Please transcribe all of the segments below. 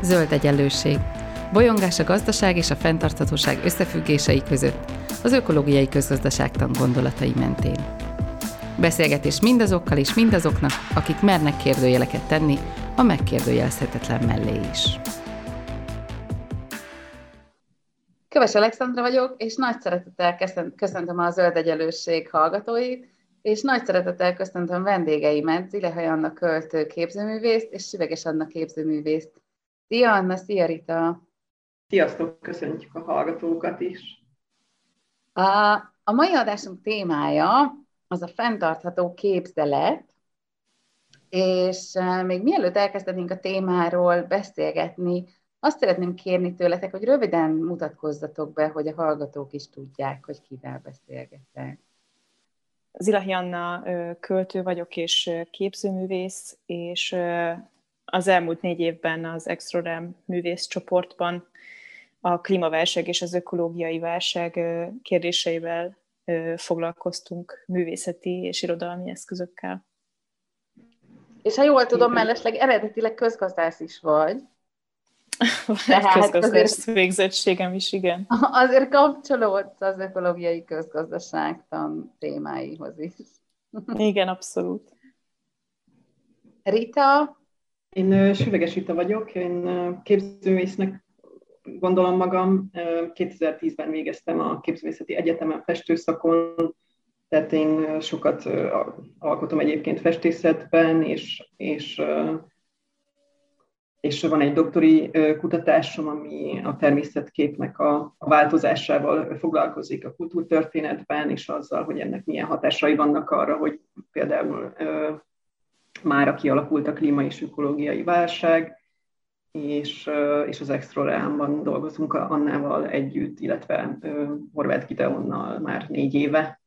Zöld egyenlőség. Bolyongás a gazdaság és a fenntarthatóság összefüggései között, az ökológiai közgazdaságtan gondolatai mentén. Beszélgetés mindazokkal és mindazoknak, akik mernek kérdőjeleket tenni a megkérdőjelezhetetlen mellé is. Köves Alexandra vagyok, és nagy szeretettel köszöntöm a Zöld Egyenlőség hallgatóit, és nagy szeretettel köszöntöm vendégeimet, Zilehely Anna költő képzőművészt és Süveges Anna képzőművészt. Szia Anna, szia Rita! Sziasztok, köszöntjük a hallgatókat is! A mai adásunk témája az a fenntartható képzelet, és még mielőtt elkezdenénk a témáról beszélgetni, azt szeretném kérni tőletek, hogy röviden mutatkozzatok be, hogy a hallgatók is tudják, hogy kivel beszélgetek. Zilehely Anna költő vagyok és képzőművész, és az elmúlt 4 évben az Extrorem művészcsoportban a klímaválság és az ökológiai válság kérdéseivel foglalkoztunk művészeti és irodalmi eszközökkel. És ha jól tudom, mellesleg eredetileg közgazdász is vagy. Közgazdász végzettségem is, igen. Azért kapcsolódsz az ökológiai közgazdaságtan témáihoz is. Igen, abszolút. Rita? Én Süveges Rita vagyok, én képzőművésznek gondolom magam. 2010-ben végeztem a Képzőművészeti Egyetemen festőszakon, tehát én sokat alkotom egyébként festészetben, és van egy doktori kutatásom, ami a természetképnek a változásával foglalkozik a kultúrtörténetben, és azzal, hogy ennek milyen hatásai vannak arra, hogy például mára kialakult a klíma és ökológiai válság, és az Extroremban dolgozunk Annával együtt, illetve Horváth Gideonnal már 4 éve.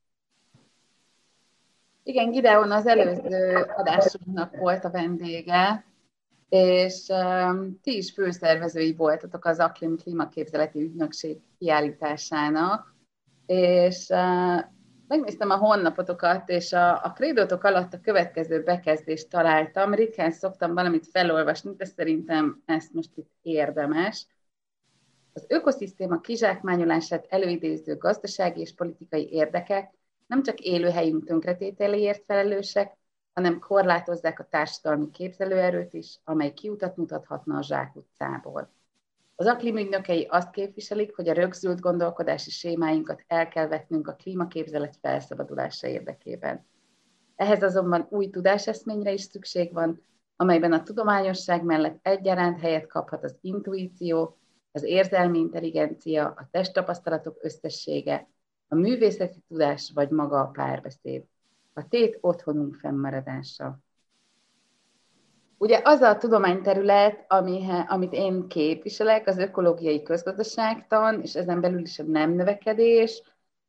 Igen, Gideon az előző adásunknak volt a vendége, és ti is főszervezői voltatok az Aklim Klímaképzeleti Ügynökség kiállításának, és megnéztem a honlapotokat, és a krédótok alatt a következő bekezdést találtam. Ritkán szoktam valamit felolvasni, de szerintem ezt most itt érdemes. Az ökoszisztéma kizsákmányolását előidéző gazdasági és politikai érdekek nem csak élőhelyünk tönkretételéért felelősek, hanem korlátozzák a társadalmi képzelőerőt is, amely kiutat mutathatna a zsákutcából. Az Aklim ügynökei azt képviselik, hogy a rögzült gondolkodási sémáinkat el kell vetnünk a klímaképzelet felszabadulása érdekében. Ehhez azonban új tudáseszményre is szükség van, amelyben a tudományosság mellett egyaránt helyet kaphat az intuíció, az érzelmi intelligencia, a testtapasztalatok összessége, a művészeti tudás vagy maga a párbeszéd. A tét otthonunk fennmaradása. Ugye az a tudományterület, amit én képviselek, az ökológiai közgazdaságtan, és ezen belül is a nem növekedés.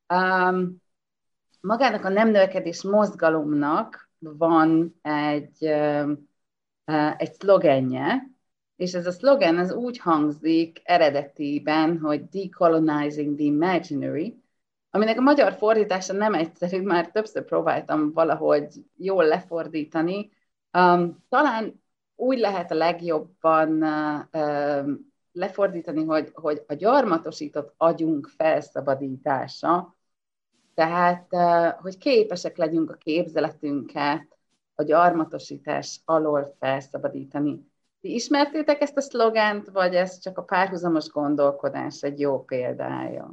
Magának a nem növekedés mozgalomnak van egy szlogenje, és ez a szlogen az úgy hangzik eredetiben, hogy Decolonizing the Imaginary, aminek a magyar fordítása nem egyszerű, már többször próbáltam valahogy jól lefordítani. Talán úgy lehet a legjobban lefordítani, hogy a gyarmatosított agyunk felszabadítása, tehát hogy képesek legyünk a képzeletünket a gyarmatosítás alól felszabadítani. Ti ismertétek ezt a szlogent, vagy ez csak a párhuzamos gondolkodás egy jó példája?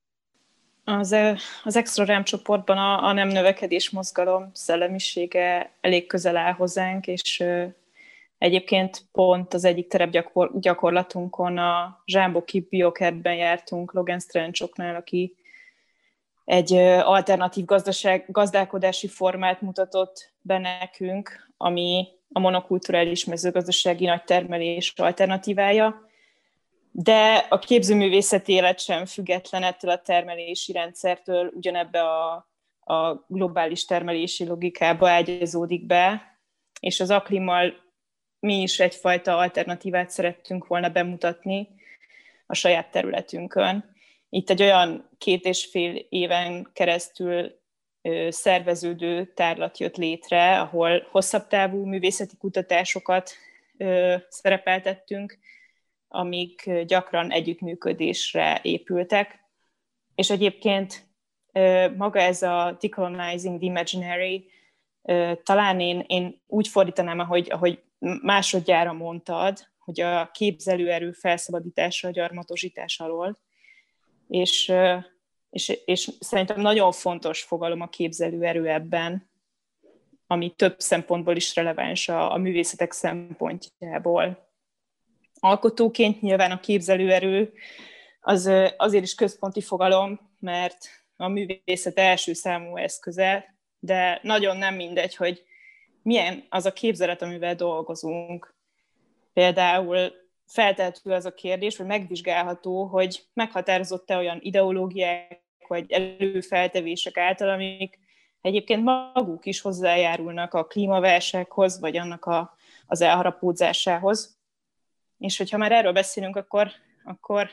Az Extrorem csoportban a nem növekedés mozgalom szellemisége elég közel áll hozzánk, és egyébként pont az egyik terepgyakorlatunkon a Zsámboki biokertben jártunk Logan Strancsoknál, aki egy alternatív gazdálkodási formát mutatott be nekünk, ami a monokulturális mezőgazdasági nagytermelés alternatívája, de a képzőművészeti élet sem független ettől a termelési rendszertől, ugyanebbe a globális termelési logikába ágyazódik be, és az Aklimmal mi is egyfajta alternatívát szerettünk volna bemutatni a saját területünkön. Itt egy olyan 2,5 éven keresztül szerveződő tárlat jött létre, ahol hosszabb távú művészeti kutatásokat szerepeltettünk, amik gyakran együttműködésre épültek. És egyébként maga ez a decolonizing the imaginary, talán én úgy fordítanám, ahogy másodjára mondtad, hogy a képzelőerő felszabadítása a gyarmatosítás alól, és szerintem nagyon fontos fogalom a képzelőerő ebben, ami több szempontból is releváns a művészetek szempontjából. Alkotóként nyilván a képzelőerő az azért is központi fogalom, mert a művészet első számú eszköze, de nagyon nem mindegy, hogy milyen az a képzelet, amivel dolgozunk. Például feltehető az a kérdés, vagy megvizsgálható, hogy meghatározott-e olyan ideológiák, vagy előfeltevések által, amik egyébként maguk is hozzájárulnak a klímaválsághoz, vagy annak az elharapódzásához. És hogyha már erről beszélünk, akkor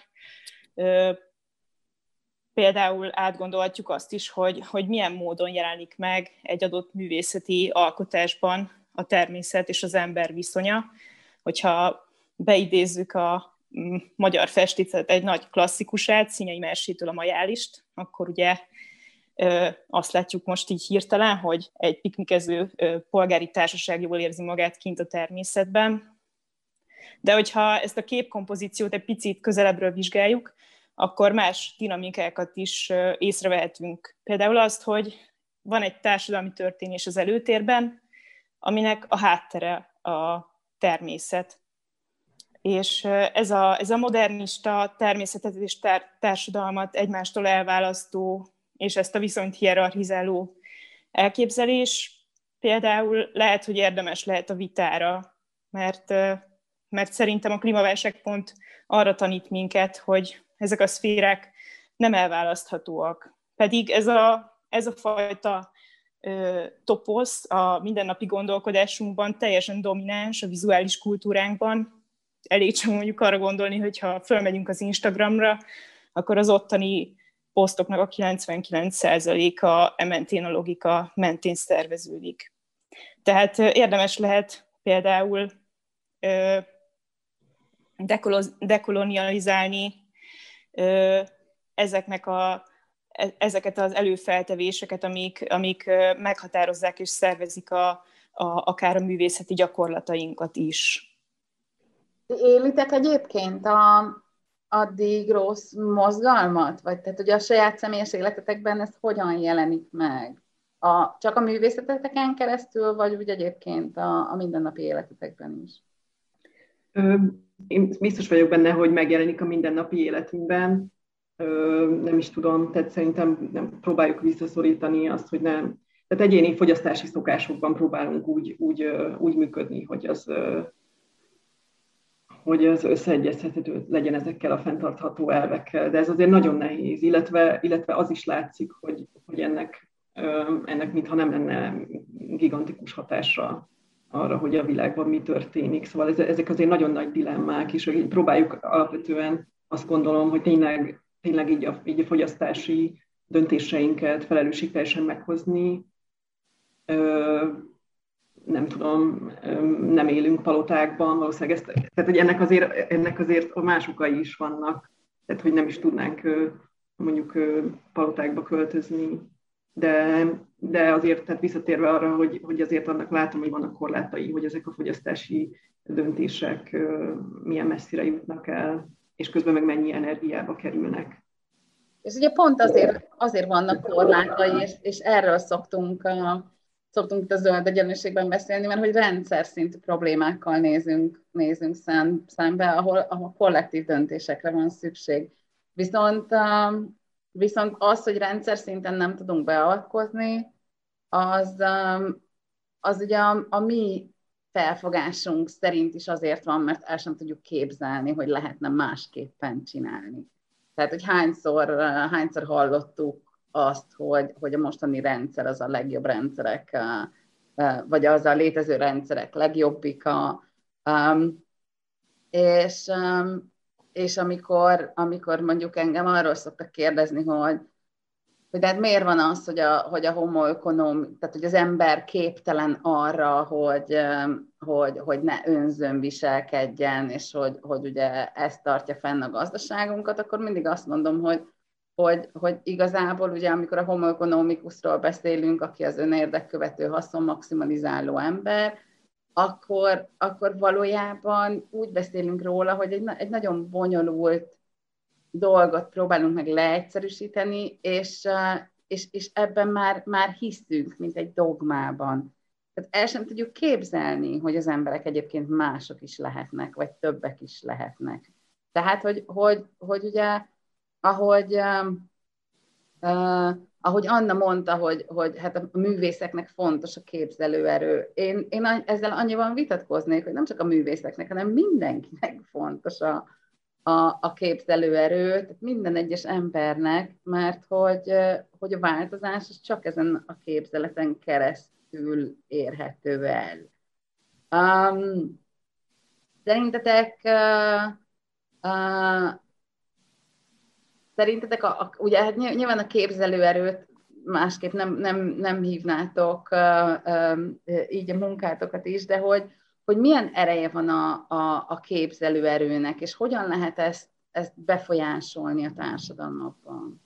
például átgondolhatjuk azt is, hogy milyen módon jelenik meg egy adott művészeti alkotásban a természet és az ember viszonya. Hogyha beidézzük a magyar festészet egy nagy klasszikusát, Színyei Mersétől a Majálist, akkor ugye azt látjuk most így hirtelen, hogy egy piknikező polgári társaság jól érzi magát kint a természetben. De hogyha ezt a képkompozíciót egy picit közelebbről vizsgáljuk, akkor más dinamikákat is észrevehetünk. Például azt, hogy van egy társadalmi történés az előtérben, aminek a háttere a természet. És ez a modernista természetet és társadalmat egymástól elválasztó, és ezt a viszonyt hierarchizáló elképzelés például lehet, hogy érdemes lehet a vitára, mert szerintem a klímaválság pont arra tanít minket, hogy ezek a szférák nem elválaszthatóak. Pedig ez a fajta toposz a mindennapi gondolkodásunkban teljesen domináns a vizuális kultúránkban. Elég csak mondjuk arra gondolni, hogyha fölmegyünk az Instagramra, akkor az ottani posztoknak a 99%-a mentén a logika mentén szerveződik. Tehát érdemes lehet például dekolonializálni ezeket az előfeltevéseket, amik meghatározzák és szervezik akár a művészeti gyakorlatainkat is. Élitek egyébként addig rossz mozgalmat? Vagy tehát ugye a saját személyes életetekben ez hogyan jelenik meg? Csak a művészeteteken keresztül, vagy úgy egyébként a mindennapi életetekben is? Én biztos vagyok benne, hogy megjelenik a mindennapi életünkben. Nem is tudom, tehát szerintem nem próbáljuk visszaszorítani azt, hogy nem. Tehát egyéni fogyasztási szokásokban próbálunk úgy működni, hogy az összeegyeztethető legyen ezekkel a fenntartható elvekkel. De ez azért nagyon nehéz, illetve az is látszik, hogy ennek mintha nem lenne gigantikus hatása arra, hogy a világban mi történik. Szóval ezek azért nagyon nagy dilemmák, és hogy próbáljuk alapvetően azt gondolom, hogy tényleg így a fogyasztási döntéseinket felelősségteljesen meghozni. Nem tudom, nem élünk palotákban, valószínűleg tehát hogy ennek azért más okai is vannak, tehát hogy nem is tudnánk mondjuk palotákba költözni, de azért tehát visszatérve arra, hogy azért annak látom, hogy vannak korlátai, hogy ezek a fogyasztási döntések milyen messzire jutnak el, és közben meg mennyi energiába kerülnek. És ugye pont azért vannak korlátai, és erről szoktunk itt a zöld egyenlőségben beszélni, mert hogy rendszer szintű problémákkal nézünk szembe, ahol kollektív döntésekre van szükség. Viszont az, hogy rendszer szinten nem tudunk beavatkozni, az ugye a mi felfogásunk szerint is azért van, mert el sem tudjuk képzelni, hogy lehetne másképpen csinálni. Tehát, hogy hányszor hallottuk azt, hogy a mostani rendszer az a legjobb rendszerek, vagy az a létező rendszerek legjobbika. És amikor mondjuk engem arról szoktak kérdezni, hogy hát miért van az, hogy a homo economicus, tehát hogy az ember képtelen arra, hogy ne önzőn viselkedjen, és hogy ugye ez tartja fenn a gazdaságunkat, akkor mindig azt mondom, hogy igazából ugye amikor a homo economicusról beszélünk, aki az önérdekkövető, haszonmaximalizáló ember, akkor valójában úgy beszélünk róla, hogy egy nagyon bonyolult dolgot próbálunk meg leegyszerűsíteni, és ebben már hiszünk, mint egy dogmában. Tehát el sem tudjuk képzelni, hogy az emberek egyébként mások is lehetnek, vagy többek is lehetnek. Tehát, hogy ugye, ahogy Anna mondta, hogy hát a művészeknek fontos a képzelőerő. Én ezzel annyiban vitatkoznék, hogy nem csak a művészeknek, hanem mindenkinek fontos a képzelőerő, tehát minden egyes embernek, mert hogy a változás az csak ezen a képzeleten keresztül érhető el. Szerintetek ugye hát nyilván a képzelőerőt másképp nem hívnátok így a munkátokat is, de hogy milyen ereje van a képzelőerőnek, és hogyan lehet ezt befolyásolni a társadalmakban?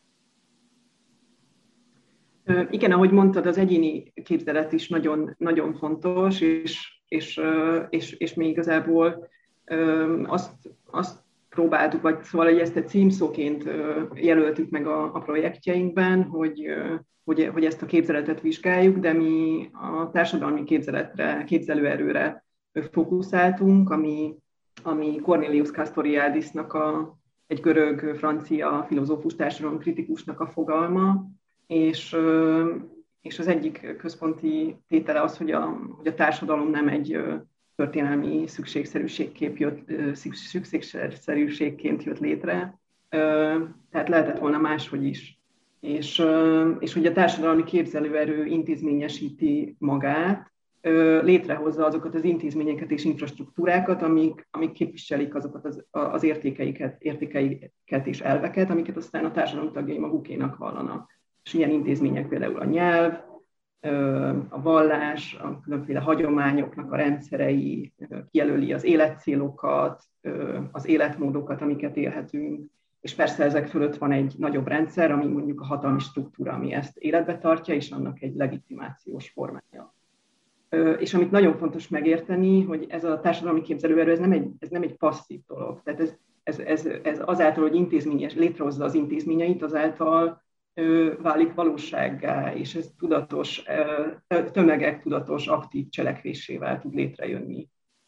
Igen, ahogy mondtad, az egyéni képzelet is nagyon, nagyon fontos, és mi igazából azt próbáltuk, vagy szóval hogy ezt egy címszóként jelöltük meg a projektjeinkben, hogy ezt a képzeletet vizsgáljuk, de mi a társadalmi képzelőerőre fókuszáltunk, ami Cornelius Castoriadisnak egy görög-francia filozófus társadalomkritikusnak a fogalma, és az egyik központi tétele az, hogy a társadalom nem egy történelmi szükségszerűségként jött létre, tehát lehetett volna máshogy is. És hogy a társadalmi képzelőerő intézményesíti magát, létrehozza azokat az intézményeket és infrastruktúrákat, amik képviselik azokat az értékeiket és elveket, amiket aztán a társadalom tagjai magukénak vallanak. És ilyen intézmények például a nyelv, a vallás, a különféle hagyományoknak a rendszerei, kijelöli az életcélokat, az életmódokat, amiket élhetünk, és persze ezek fölött van egy nagyobb rendszer, ami mondjuk a hatalmi struktúra, ami ezt életbe tartja, és annak egy legitimációs formája. És amit nagyon fontos megérteni, hogy ez a társadalmi képzelőerő, ez nem egy passzív dolog. Tehát ez azáltal, hogy létrehozza az intézményeit, azáltal válik valósággá, és ez tudatos, tömegek tudatos, aktív cselekvésével tud létrejönni.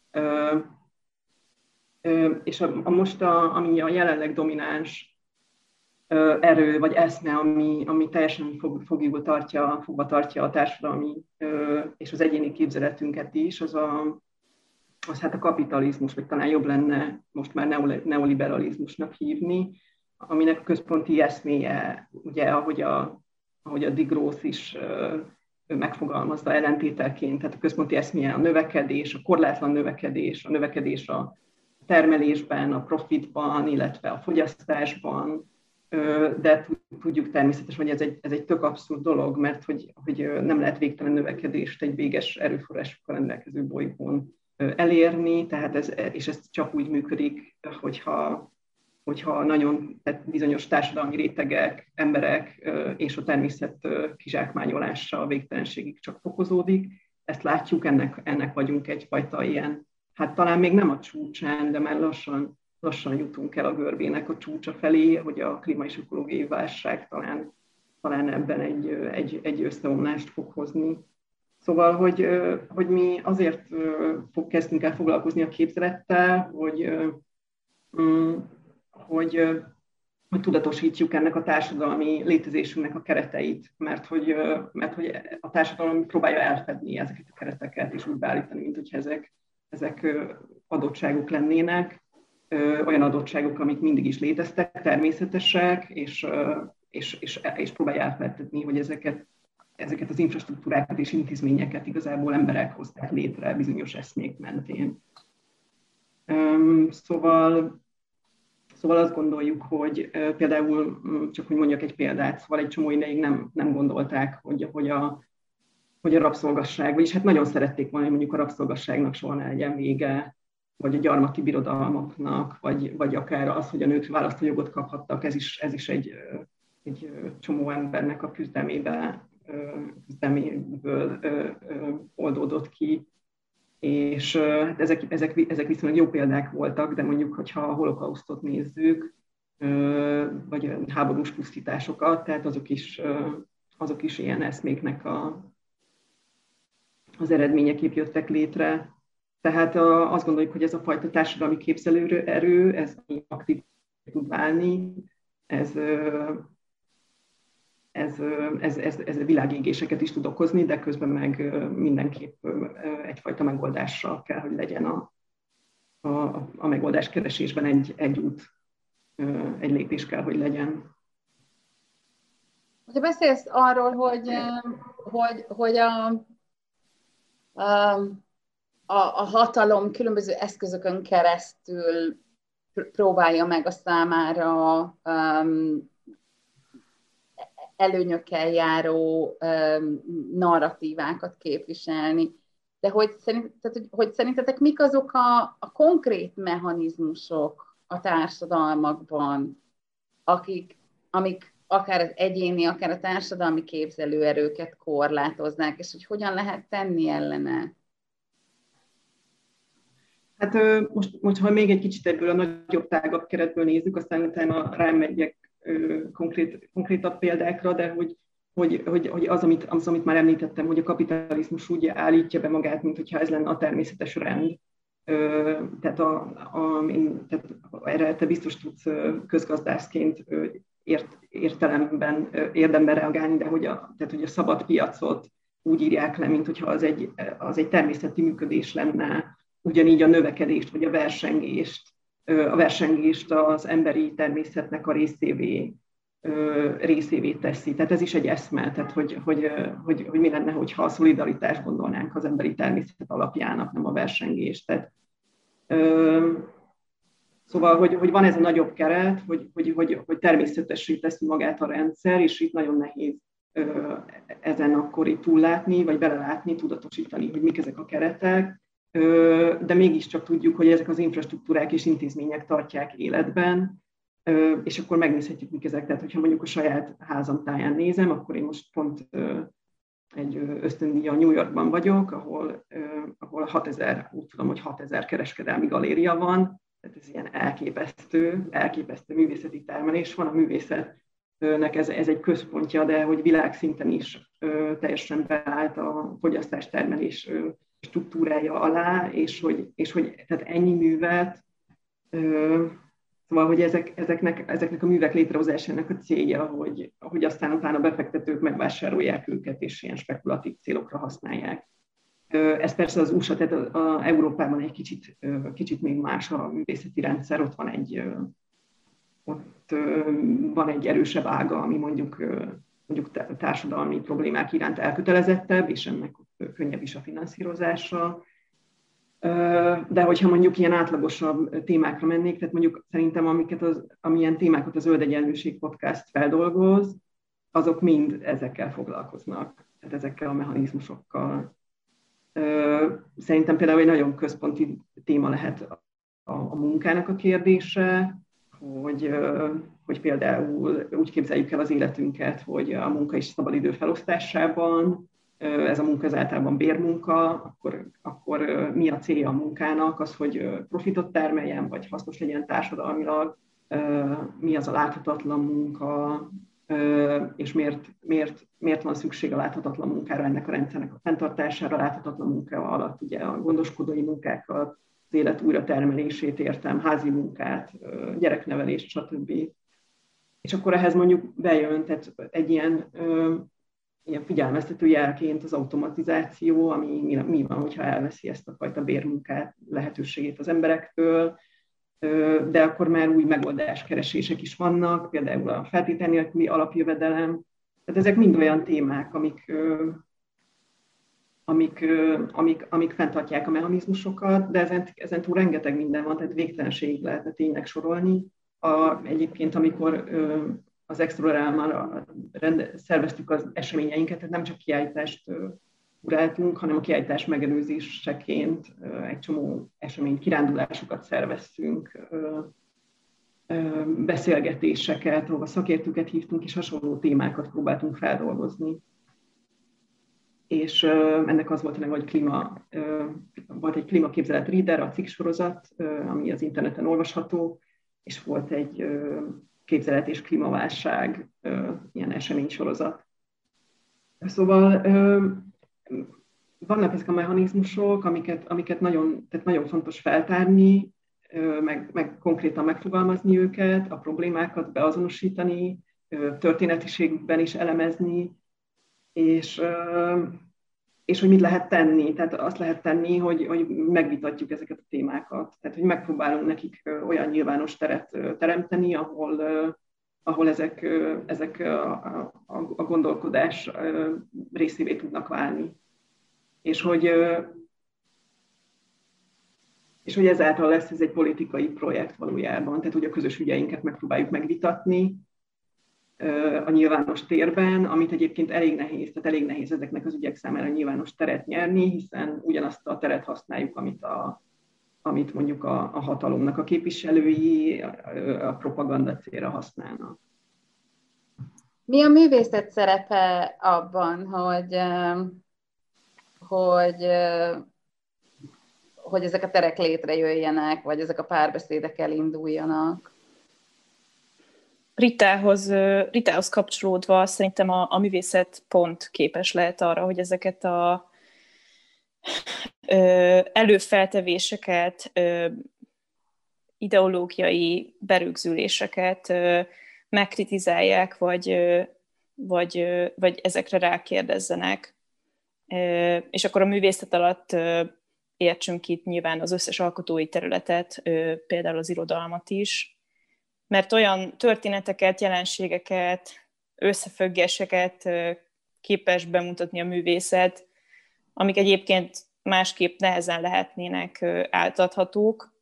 És ami a jelenleg domináns erő vagy eszme, ami teljesen fogva tartja a társadalmi és az egyéni képzeletünket is, az hát a kapitalizmus, vagy talán jobb lenne most már neoliberalizmusnak hívni, aminek a központi eszméje, ugye, ahogy a de Groot is megfogalmazza ellentételként, tehát a központi eszméje a növekedés, a korlátlan növekedés, a növekedés a termelésben, a profitban, illetve a fogyasztásban, de tudjuk természetesen, hogy ez egy tök abszurd dolog, mert hogy nem lehet végtelen növekedést egy véges erőforrásokkal rendelkező bolygón elérni, és ez csak úgy működik, hogyha nagyon bizonyos társadalmi rétegek, emberek és a természet kizsákmányolása a végtelenségig csak fokozódik. Ezt látjuk, ennek vagyunk egyfajta ilyen, hát talán még nem a csúcsán, de már lassan jutunk el a görbének a csúcsa felé, hogy a klíma és ökológiai válság talán ebben egy összeomlást fog hozni. Szóval, hogy mi azért kezdtünk el foglalkozni a képzelettel, hogy tudatosítjuk ennek a társadalmi létezésünknek a kereteit, mert hogy a társadalom próbálja elfedni ezeket a kereteket, és úgy beállítani, mint hogyha ezek adottságok lennének, olyan adottságok, amik mindig is léteztek, természetesek, és próbálja elfelejteni, hogy ezeket az infrastruktúrákat és intézményeket igazából emberek hozták létre bizonyos eszmék mentén. Szóval Szóval azt gondoljuk, hogy például, csak hogy mondjak egy példát, szóval egy csomó ideig nem gondolták, hogy a rabszolgasság, vagyis hát nagyon szerették volna, hogy mondjuk a rabszolgasságnak soha ne legyen vége, vagy a gyarmati birodalmaknak, vagy akár az, hogy a nők választójogot kaphattak, ez is egy csomó embernek a küzdelméből oldódott ki. És hát ezek viszonylag jó példák voltak, de mondjuk, hogyha a holokausztot nézzük, vagy a háborús pusztításokat, tehát azok is ilyen eszméknek az eredményeképp jöttek létre. Tehát azt gondoljuk, hogy ez a fajta társadalmi képzelőerő, ez aktív tud válni, ez világégéseket is tud okozni, de közben meg mindenképp egyfajta megoldással kell, hogy legyen a megoldás keresésben egy út, egy lépés kell, hogy legyen. Hogyha beszélsz arról, hogy a hatalom különböző eszközökön keresztül próbálja meg a számára előnyökkel járó narratívákat képviselni. De hogy szerintetek mik azok a konkrét mechanizmusok a társadalmakban, amik akár az egyéni, akár a társadalmi képzelőerőket korlátoznák, és hogy hogyan lehet tenni ellene? Hát most ha még egy kicsit ebből a nagyobb, tágabb keretből nézzük, aztán utána rámegyek konkrétabb példákra, de hogy az, amit már említettem, hogy a kapitalizmus úgy állítja be magát, mint hogyha ez lenne a természetes rend. Tehát erre te biztos tudsz közgazdászként érdemben reagálni, de hogy a szabad piacot úgy írják le, mint hogyha az egy természeti működés lenne, ugyanígy a növekedést vagy a versengést az emberi természetnek a részévé teszi. Tehát ez is egy eszme, tehát hogy mi lenne, hogyha a szolidaritást gondolnánk az emberi természet alapjának, nem a versengést. Tehát, szóval, hogy van ez a nagyobb keret, hogy természetessé teszi magát a rendszer, és itt nagyon nehéz ezen akkor itt túllátni, vagy belelátni, tudatosítani, hogy mik ezek a keretek, de mégiscsak tudjuk, hogy ezek az infrastruktúrák és intézmények tartják életben, és akkor megnézhetjük, mik ezek. Tehát, hogyha mondjuk a saját házam táján nézem, akkor én most pont egy ösztöndíjon New Yorkban vagyok, ahol 6000 kereskedelmi galéria van, tehát ez ilyen elképesztő művészeti termelés van. A művészetnek ez egy központja, de hogy világszinten is teljesen beállt a fogyasztástermelés struktúrája alá, és hogy tehát ennyi művet, szóval, hogy ezeknek a művek létrehozásának a célja, hogy aztán utána befektetők megvásárolják őket, és ilyen spekulatív célokra használják. Ez persze az USA, tehát Európában egy kicsit még más a művészeti rendszer, ott van egy erősebb ága, ami mondjuk társadalmi problémák iránt elkötelezettebb, és ennek könnyebb is a finanszírozása. De hogyha mondjuk ilyen átlagosabb témákra mennék, tehát mondjuk szerintem amilyen témákat a Zöld Egyenlőség Podcast feldolgoz, azok mind ezekkel foglalkoznak, tehát ezekkel a mechanizmusokkal. Szerintem például egy nagyon központi téma lehet a munkának a kérdése, hogy például úgy képzeljük el az életünket, hogy a munka és szabadidő felosztásában, ez a munka az általában bérmunka, akkor mi a célja a munkának, az, hogy profitot termeljen, vagy hasznos legyen társadalmilag, mi az a láthatatlan munka, és miért van szükség a láthatatlan munkára, ennek a rendszernek a fenntartására, láthatatlan munka alatt ugye a gondoskodói munkákat, az élet újratermelését értem, házi munkát, gyereknevelést, stb. És akkor ehhez mondjuk bejön, tehát egy ilyen figyelmeztető jelként az automatizáció, ami mi van, hogyha elveszi ezt a fajta bérmunkát lehetőségét az emberektől, de akkor már új megoldáskeresések is vannak, például a feltétel nélküli alapjövedelem. Tehát ezek mind olyan témák, amik fenntartják a mechanizmusokat, de ezen túl rengeteg minden van, tehát végtelenségig lehetne tényleg sorolni. egyébként, amikor az Explorálmal szerveztük az eseményeinket, tehát nem csak kiállítást uráltunk, hanem a kiállítás megelőzéseként egy csomó esemény, kirándulásokat szerveztünk, beszélgetéseket, ahol szakértőket hívtunk, és hasonló témákat próbáltunk feldolgozni. És ennek az volt, hogy volt egy klímaképzelet reader, a cikksorozat, ami az interneten olvasható, és volt egy képzelet és klímaválság ilyen eseménysorozat. Szóval vannak ezek a mechanizmusok, amiket nagyon fontos feltárni, meg konkrétan megfogalmazni őket, a problémákat beazonosítani, történetiségben is elemezni, és hogy mit lehet tenni. Tehát azt lehet tenni, hogy megvitatjuk ezeket a témákat. Tehát, hogy megpróbálunk nekik olyan nyilvános teret teremteni, ahol ezek a gondolkodás részévé tudnak válni. És hogy ezáltal lesz ez egy politikai projekt valójában. Tehát, hogy a közös ügyeinket megpróbáljuk megvitatni a nyilvános térben, amit egyébként elég nehéz ezeknek az ügyek számára nyilvános teret nyerni, hiszen ugyanazt a teret használjuk, amit mondjuk a hatalomnak a képviselői a propaganda célra használnak. Mi a művészet szerepe abban, hogy ezek a terek létrejöjjenek, vagy ezek a párbeszédek elinduljanak? Ritához kapcsolódva szerintem a művészet pont képes lehet arra, hogy ezeket a előfeltevéseket, ideológiai berögzüléseket megkritizálják, vagy ezekre rákérdezzenek. És akkor a művészet alatt értsünk itt nyilván az összes alkotói területet, például az irodalmat is, mert olyan történeteket, jelenségeket, összefüggéseket képes bemutatni a művészet, amik egyébként másképp nehezen lehetnének átadhatók.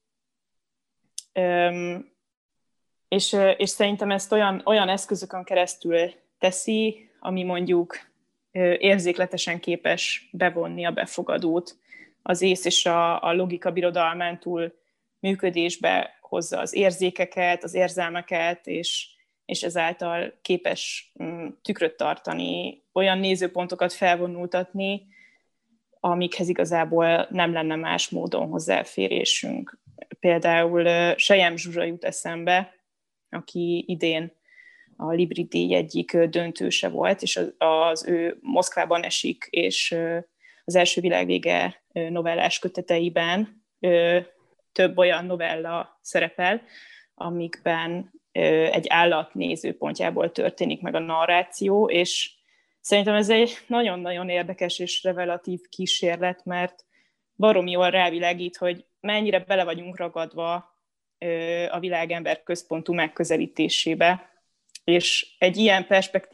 És szerintem ezt olyan eszközökön keresztül teszi, ami mondjuk érzékletesen képes bevonni a befogadót. Az ész és a logika birodalmán túl működésbe hozza az érzékeket, az érzelmeket, és ezáltal képes tükröt tartani, olyan nézőpontokat felvonultatni, amikhez igazából nem lenne más módon hozzáférésünk. Például Selyem Zsuzsa jut eszembe, aki idén a Libri díj egyik döntőse volt, és az ő Moszkvában esik, és az első világvége novellás köteteiben több olyan novella szerepel, amikben egy állat nézőpontjából történik meg a narráció, és szerintem ez egy nagyon-nagyon érdekes és revelatív kísérlet, mert baromi jól rávilágít, hogy mennyire bele vagyunk ragadva a világember központú megközelítésébe, és egy ilyen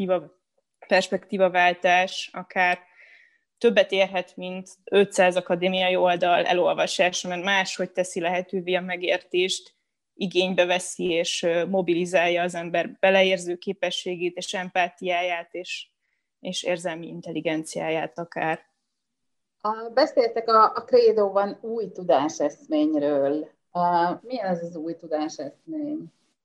perspektívaváltás akár többet érhet, mint 500 akadémiai oldal elolvasása, mert máshogy teszi lehetővé a megértést, igénybe veszi és mobilizálja az ember beleérző képességét és empátiáját és érzelmi intelligenciáját akár. Beszéltek a Krédóban új tudáseszményről. Milyen ez az új tudáseszmény?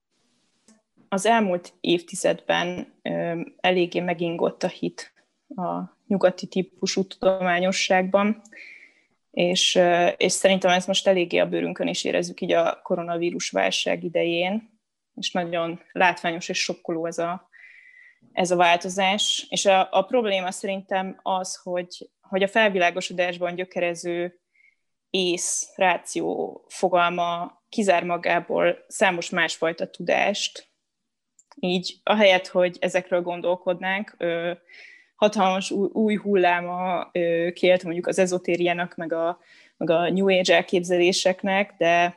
Az elmúlt évtizedben eléggé megingott a hit a nyugati típusú tudományosságban, és szerintem ezt most eléggé a bőrünkön is érezzük így a koronavírus válság idején, és nagyon látványos és sokkoló ez a változás. És a probléma szerintem az, hogy a felvilágosodásban gyökerező ész, ráció fogalma kizár magából számos másfajta tudást. Így ahelyett, hogy ezekről gondolkodnánk, hatalmas új hulláma kélt mondjuk az ezotériának, meg a New Age elképzeléseknek,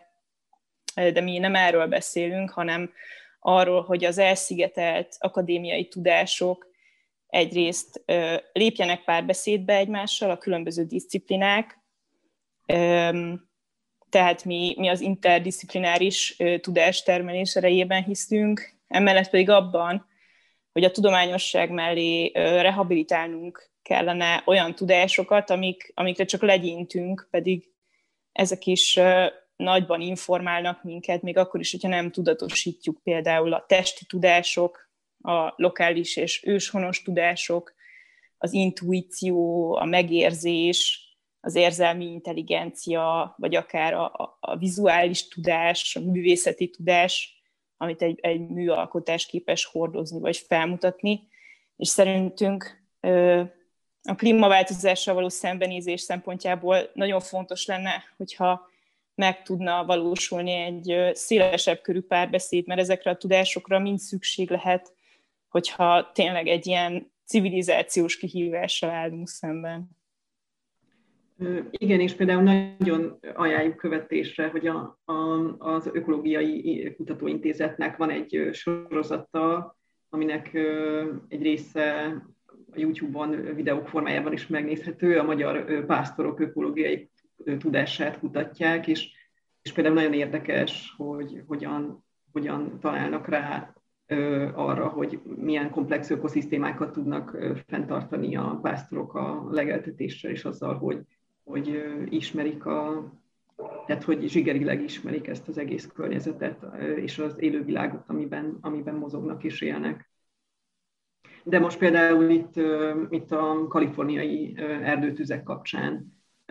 de mi nem erről beszélünk, hanem arról, hogy az elszigetelt akadémiai tudások egyrészt lépjenek párbeszédbe egymással, a különböző disziplinák, tehát mi az interdisziplináris tudástermelés erejében hiszünk, emellett pedig abban, hogy a tudományosság mellé rehabilitálnunk kellene olyan tudásokat, amikre csak legyintünk, pedig ezek is nagyban informálnak minket, még akkor is, hogyha nem tudatosítjuk, például a testi tudások, a lokális és őshonos tudások, az intuíció, a megérzés, az érzelmi intelligencia, vagy akár a vizuális tudás, a művészeti tudás, amit egy műalkotás képes hordozni vagy felmutatni. És szerintünk a klímaváltozással való szembenézés szempontjából nagyon fontos lenne, hogyha meg tudna valósulni egy szélesebb körű párbeszéd, mert ezekre a tudásokra mind szükség lehet, hogyha tényleg egy ilyen civilizációs kihívással állunk szemben. Igen, és például nagyon ajánljuk követésre, hogy az Ökológiai Kutatóintézetnek van egy sorozata, aminek egy része a YouTube-on videók formájában is megnézhető, a magyar pásztorok ökológiai tudását kutatják, és például nagyon érdekes, hogy hogyan találnak rá arra, hogy milyen komplex ökoszisztémákat tudnak fenntartani a pásztorok a legeltetéssel, és azzal, hogy ismerik tehát hogy zsigerileg ismerik ezt az egész környezetet, és az élővilágot, amiben mozognak és élnek. De most például itt a kaliforniai erdőtüzek kapcsán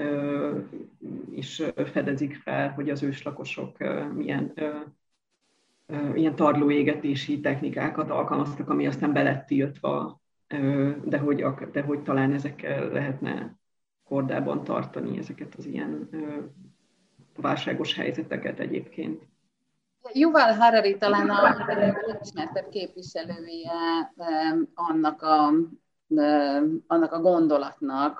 is fedezik fel, hogy az őslakosok milyen tarlóégetési technikákat alkalmaztak, ami aztán be lett tiltva, de hogy talán ezekkel lehetne kordában tartani ezeket az ilyen válságos helyzeteket egyébként. Yuval Harari talán a legismertebb képviselője annak a gondolatnak,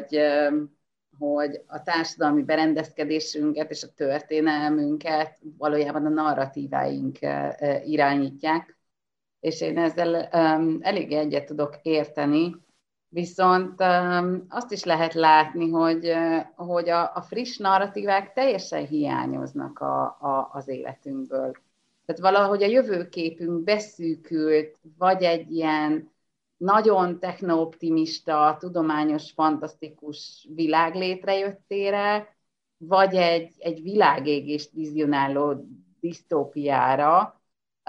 hogy a társadalmi berendezkedésünket és a történelmünket valójában a narratíváink irányítják, és én ezzel elég egyet tudok érteni, viszont azt is lehet látni, hogy a friss narratívák teljesen hiányoznak az életünkből. Tehát valahogy a jövőképünk beszűkült, vagy egy ilyen nagyon technooptimista, tudományos, fantasztikus világ létrejöttére, vagy egy világégést vizionáló disztópiára.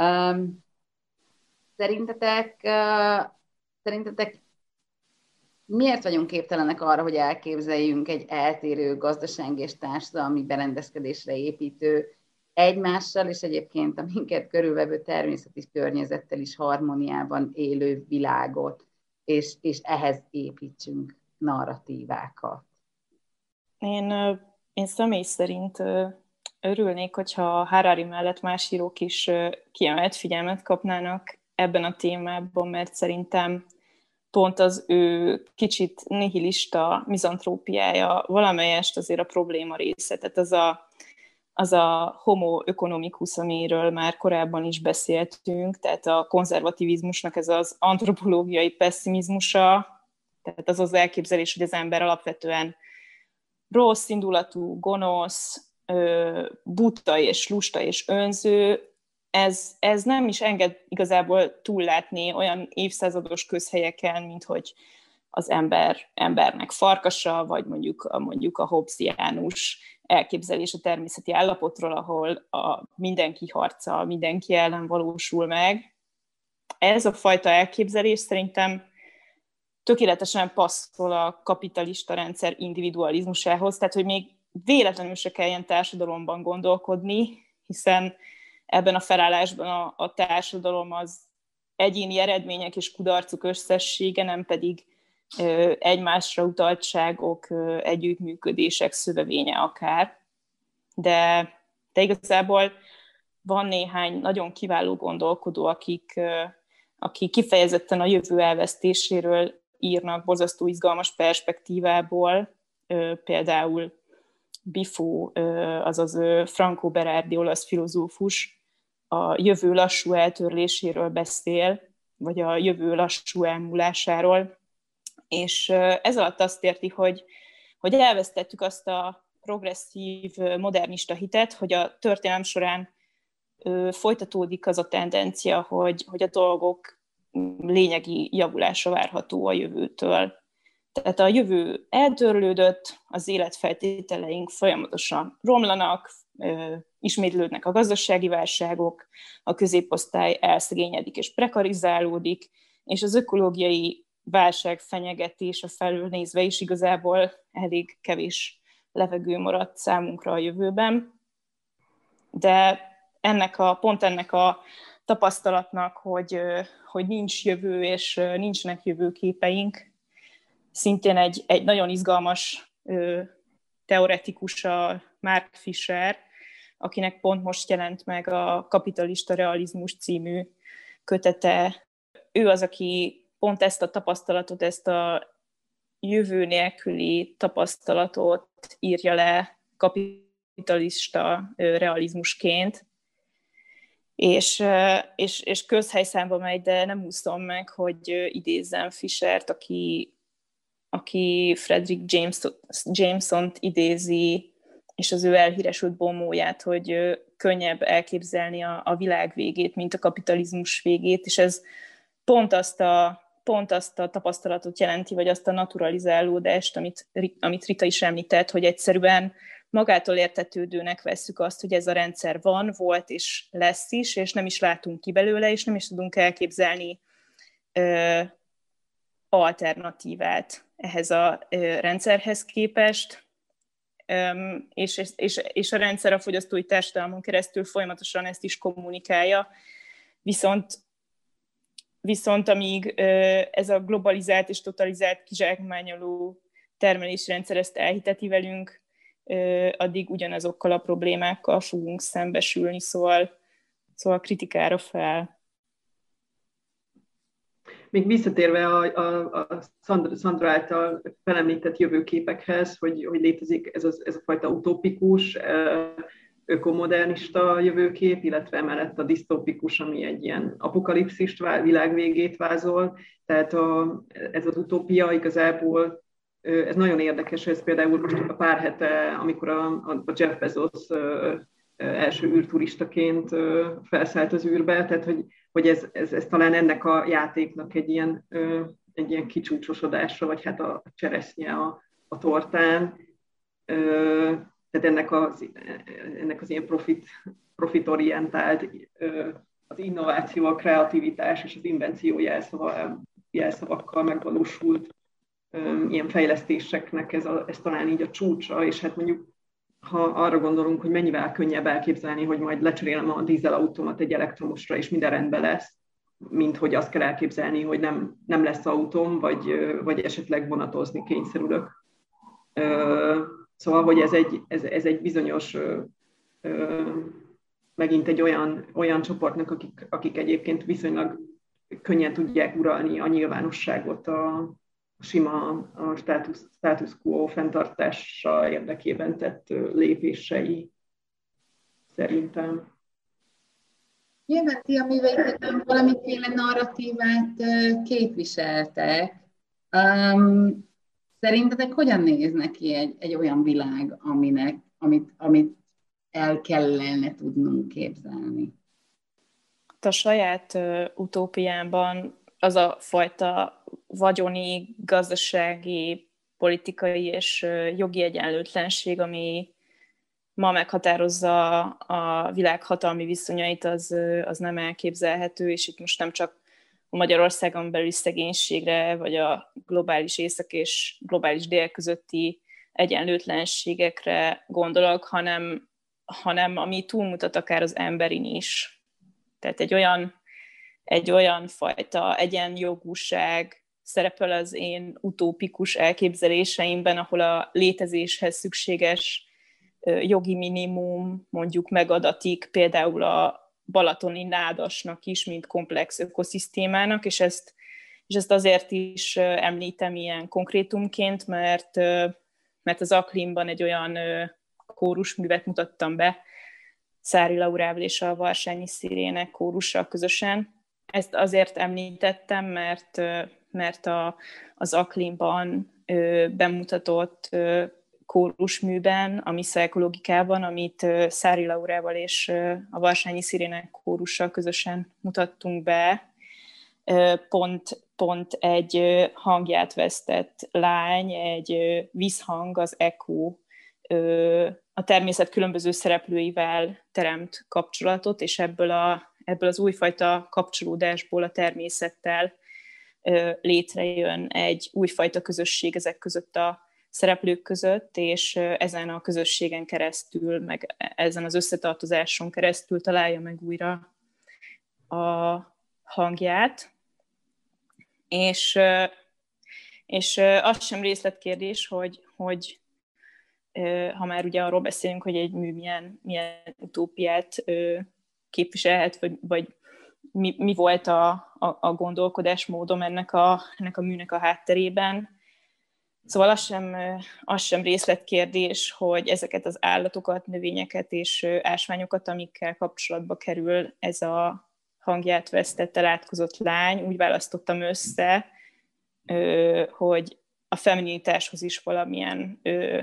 Szerintetek miért vagyunk képtelenek arra, hogy elképzeljünk egy eltérő gazdasági és társadalmi berendezkedésre építő, egymással és egyébként a minket körülvevő természeti környezettel is harmóniában élő világot, és ehhez építsünk narratívákat? Én személy szerint örülnék, hogyha Harari mellett más írók is kiemelt figyelmet kapnának ebben a témában, mert szerintem pont az ő kicsit nihilista mizantrópiája valamelyest azért a probléma része. Tehát az a homo economicus, amiről már korábban is beszéltünk, tehát a konzervativizmusnak ez az antropológiai pesszimizmusa, tehát az elképzelés, hogy az ember alapvetően rossz indulatú, gonosz, buta és lusta és önző, ez nem is enged igazából túllátni olyan évszázados közhelyeken, mint hogy az embernek farkasa, vagy mondjuk a hobbesiánus elképzelés a természeti állapotról, ahol mindenki harca, mindenki ellen valósul meg. Ez a fajta elképzelés szerintem tökéletesen passzol a kapitalista rendszer individualizmusához, tehát hogy még véletlenül se kelljen társadalomban gondolkodni, hiszen ebben a felállásban a társadalom az egyéni eredmények és kudarcok összessége, nem pedig egymásra utaltságok, együttműködések szövevénye akár. De igazából van néhány nagyon kiváló gondolkodó, akik kifejezetten a jövő elvesztéséről írnak borzasztó izgalmas perspektívából, például Bifo, azaz Franco Berardi olasz filozófus a jövő lassú eltörléséről beszél, vagy a jövő lassú elmúlásáról, és ez alatt azt érti, hogy elvesztettük azt a progresszív, modernista hitet, hogy a történelem során folytatódik az a tendencia, hogy a dolgok lényegi javulása várható a jövőtől. Tehát a jövő eltörlődött, az életfeltételeink folyamatosan romlanak, ismétlődnek a gazdasági válságok, a középosztály elszegényedik és prekarizálódik, és az ökológiai válság fenyegetése felől nézve is igazából elég kevés levegő maradt számunkra a jövőben. De pont ennek a tapasztalatnak, hogy nincs jövő és nincsenek jövőképeink, szintén egy nagyon izgalmas teoretikus, a Mark Fisher, akinek pont most jelent meg a Kapitalista realizmus című kötete. Ő az, aki pont ezt a tapasztalatot, ezt a jövő nélküli tapasztalatot írja le kapitalista realizmusként, és közhelyszámba megy, de nem úszom meg, hogy idézzem Fishert, aki Frederick Jameson-t idézi, és az ő elhíresült bombóját, hogy könnyebb elképzelni a világ végét, mint a kapitalizmus végét, és ez pont azt a tapasztalatot jelenti, vagy azt a naturalizálódást, amit Rita is említett, hogy egyszerűen magától értetődőnek vesszük azt, hogy ez a rendszer van, volt és lesz is, és nem is látunk ki belőle, és nem is tudunk elképzelni alternatívát ehhez a rendszerhez képest, és a rendszer a fogyasztói társadalmon keresztül folyamatosan ezt is kommunikálja, viszont amíg ez a globalizált és totalizált kizsákmányoló termelési rendszer ezt elhiteti velünk, addig ugyanazokkal a problémákkal fogunk szembesülni, szóval kritikára fel. Még visszatérve a Szandra által felemlített jövőképekhez, hogy létezik ez a fajta utópikus, ökomodernista jövőkép, illetve emellett a disztópikus, ami egy ilyen apokalipszist, világvégét vázol. Tehát ez az utópia igazából, ez nagyon érdekes, ez például most a pár hete, amikor a Jeff Bezos első űrturistaként felszállt az űrbe, tehát hogy ez talán ennek a játéknak egy ilyen kicsúcsosodása, vagy hát a cseresznye a tortán, tehát ennek az ilyen profitorientált, az innováció, a kreativitás és az invenció jelszavakkal megvalósult ilyen fejlesztéseknek ez talán így a csúcsa, és hát mondjuk ha arra gondolunk, hogy mennyivel könnyebb elképzelni, hogy majd lecserélem a dízelautómat egy elektromosra, és minden rendben lesz, mint hogy azt kell elképzelni, hogy nem lesz autóm, vagy esetleg vonatozni kényszerülök. Szóval, hogy ez egy bizonyos, megint egy olyan csoportnak, akik egyébként viszonylag könnyen tudják uralni a nyilvánosságot a status quo fenntartása érdekében tett lépései, szerintem. Nyilván ti a műveiteken valamiféle narratívát képviseltek. Szerintetek hogyan néz neki egy olyan világ, amit el kellene tudnunk képzelni? A saját utópiámban az a fajta vagyoni, gazdasági, politikai és jogi egyenlőtlenség, ami ma meghatározza a világ hatalmi viszonyait, az nem elképzelhető, és itt most nem csak a Magyarországon belüli szegénységre, vagy a globális észak és globális dél közötti egyenlőtlenségekre gondolok, hanem ami túlmutat akár az emberin is. Tehát egy olyan fajta egyenjogúság szerepel az én utópikus elképzeléseimben, ahol a létezéshez szükséges jogi minimum mondjuk megadatik például a balatoni nádasnak is, mint komplex ökoszisztémának, és ezt azért is említem ilyen konkrétumként, mert az Aklimban egy olyan kórusművet mutattam be, Szári Laurával és a Varsányi Szirének kórussal közösen. Ezt azért említettem, mert az Aklimban bemutatott kórusműben, a Missa Ecologicában, amit Szári Laurával és a Varsányi Szirének kórussal közösen mutattunk be. Pont egy hangját vesztett lány, egy vízhang, az echo, a természet különböző szereplőivel teremt kapcsolatot, és ebből az újfajta kapcsolódásból a természettel létrejön egy újfajta közösség ezek között a szereplők között, és ezen a közösségen keresztül, meg ezen az összetartozáson keresztül találja meg újra a hangját. És az sem részletkérdés, hogy ha már ugye arról beszélünk, hogy egy mű milyen utópiát képviselhet, vagy mi volt a gondolkodásmódom ennek a műnek a hátterében. Szóval az sem részletkérdés, hogy ezeket az állatokat, növényeket és ásványokat, amikkel kapcsolatba kerül ez a hangját vesztett, elátkozott lány, úgy választottam össze, hogy a feminitáshoz is valamilyen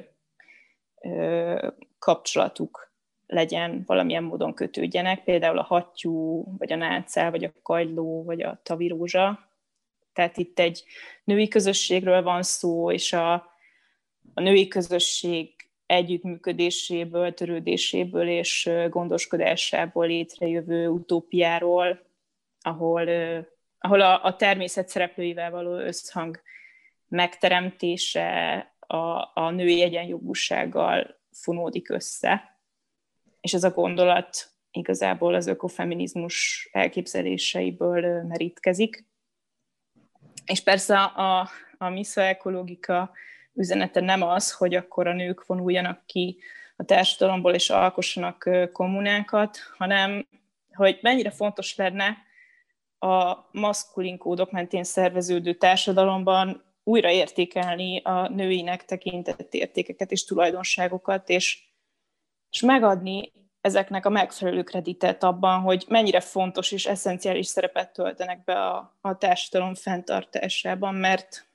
kapcsolatuk legyen, valamilyen módon kötődjenek, például a hattyú, vagy a nácál, vagy a kagyló, vagy a tavirózsa. Tehát itt egy női közösségről van szó, és a női közösség együttműködéséből, törődéséből és gondoskodásából létrejövő utópiáról, ahol a természet szereplőivel való összhang megteremtése a női egyenjogúsággal fonódik össze. És ez a gondolat igazából az ökofeminizmus elképzeléseiből merítkezik. És persze a Missa Ecologica üzenete nem az, hogy akkor a nők vonuljanak ki a társadalomból és alkossanak kommunákat, hanem hogy mennyire fontos lenne a maszkulin kódok mentén szerveződő társadalomban újra értékelni a nőinek tekintett értékeket és tulajdonságokat, és megadni ezeknek a megfelelő kreditet abban, hogy mennyire fontos és eszenciális szerepet töltenek be a társadalom fenntartásában, mert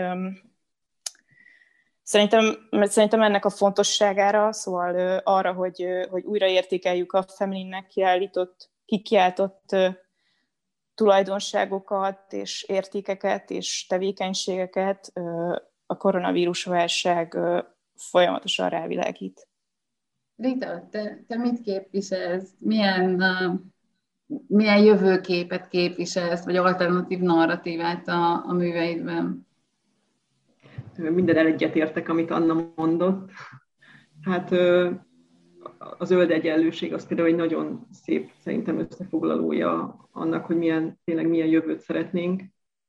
szerintem ennek a fontosságára, szóval arra, hogy újraértékeljük a femininnek kikiáltott tulajdonságokat és értékeket és tevékenységeket, a koronavírus válság folyamatosan rávilágít. Rita, te mit képviselsz? Milyen jövőképet képviselsz, vagy alternatív narratívát a műveidben? Minden egyetértek, amit Anna mondott. Hát a zöld egyenlőség az például egy nagyon szép, szerintem összefoglalója annak, hogy tényleg milyen jövőt szeretnénk.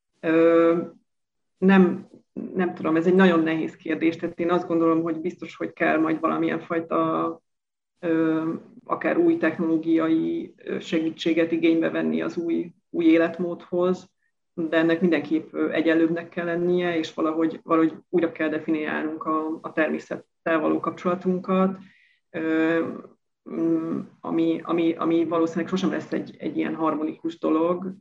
Nem tudom, ez egy nagyon nehéz kérdés, tehát én azt gondolom, hogy biztos, hogy kell majd valamilyen fajta akár új technológiai segítséget igénybe venni az új életmódhoz, de ennek mindenképp egyenlőbbnek kell lennie, és valahogy újra kell definiálnunk a természettel való kapcsolatunkat, ami valószínűleg sosem lesz egy ilyen harmonikus dolog,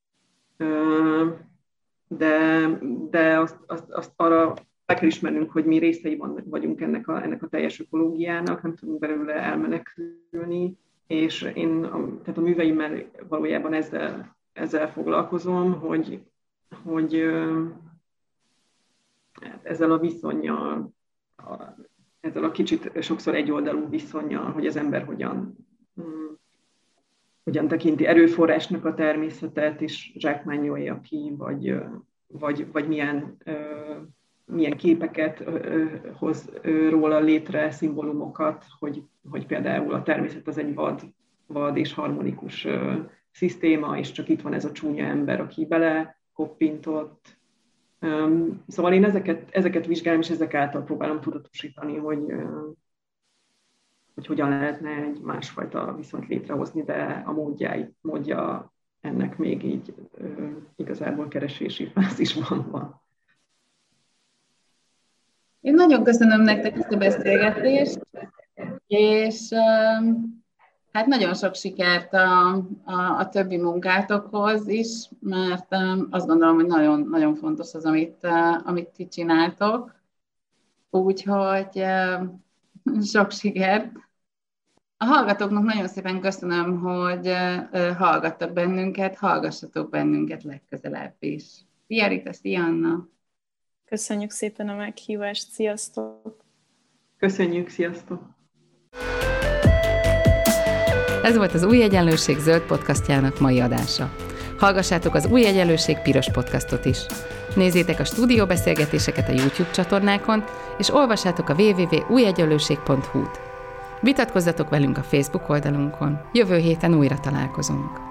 de azt arra be kell ismernünk, hogy mi részei vagyunk ennek a teljes ökológiának, nem tudunk belőle elmenekülni, és tehát a műveimmel valójában ezzel foglalkozom, hogy ezzel a viszonnyal, ezzel a kicsit sokszor egyoldalú viszonnyal, hogy az ember hogyan tekinti erőforrásnak a természetet, és zsákmányolja ki, vagy milyen képeket hoz róla létre, szimbólumokat, hogy például a természet az egy vad és harmonikus szisztéma, és csak itt van ez a csúnya ember, aki bele koppintott. Szóval én ezeket vizsgálom, és ezek által próbálom tudatosítani, hogy hogyan lehetne egy másfajta viszonyt létrehozni, de a módja ennek még így igazából keresési fázisban van. Én nagyon köszönöm nektek ezt a beszélgetést, és hát nagyon sok sikert a többi munkátokhoz is, mert azt gondolom, hogy nagyon, nagyon fontos az, amit ti csináltok. Úgyhogy sok sikert! A hallgatóknak nagyon szépen köszönöm, hogy hallgattak bennünket, hallgassatok bennünket legközelebb is. Szia Rita, szia Anna! Köszönjük szépen a meghívást, sziasztok! Köszönjük, sziasztok! Ez volt az Új Egyenlőség zöld podcastjának mai adása. Hallgassátok az Új Egyenlőség piros podcastot is. Nézzétek a stúdióbeszélgetéseket a YouTube csatornákon, és olvassátok a www.újegyenlőség.hu-t. Vitatkozzatok velünk a Facebook oldalunkon. Jövő héten újra találkozunk.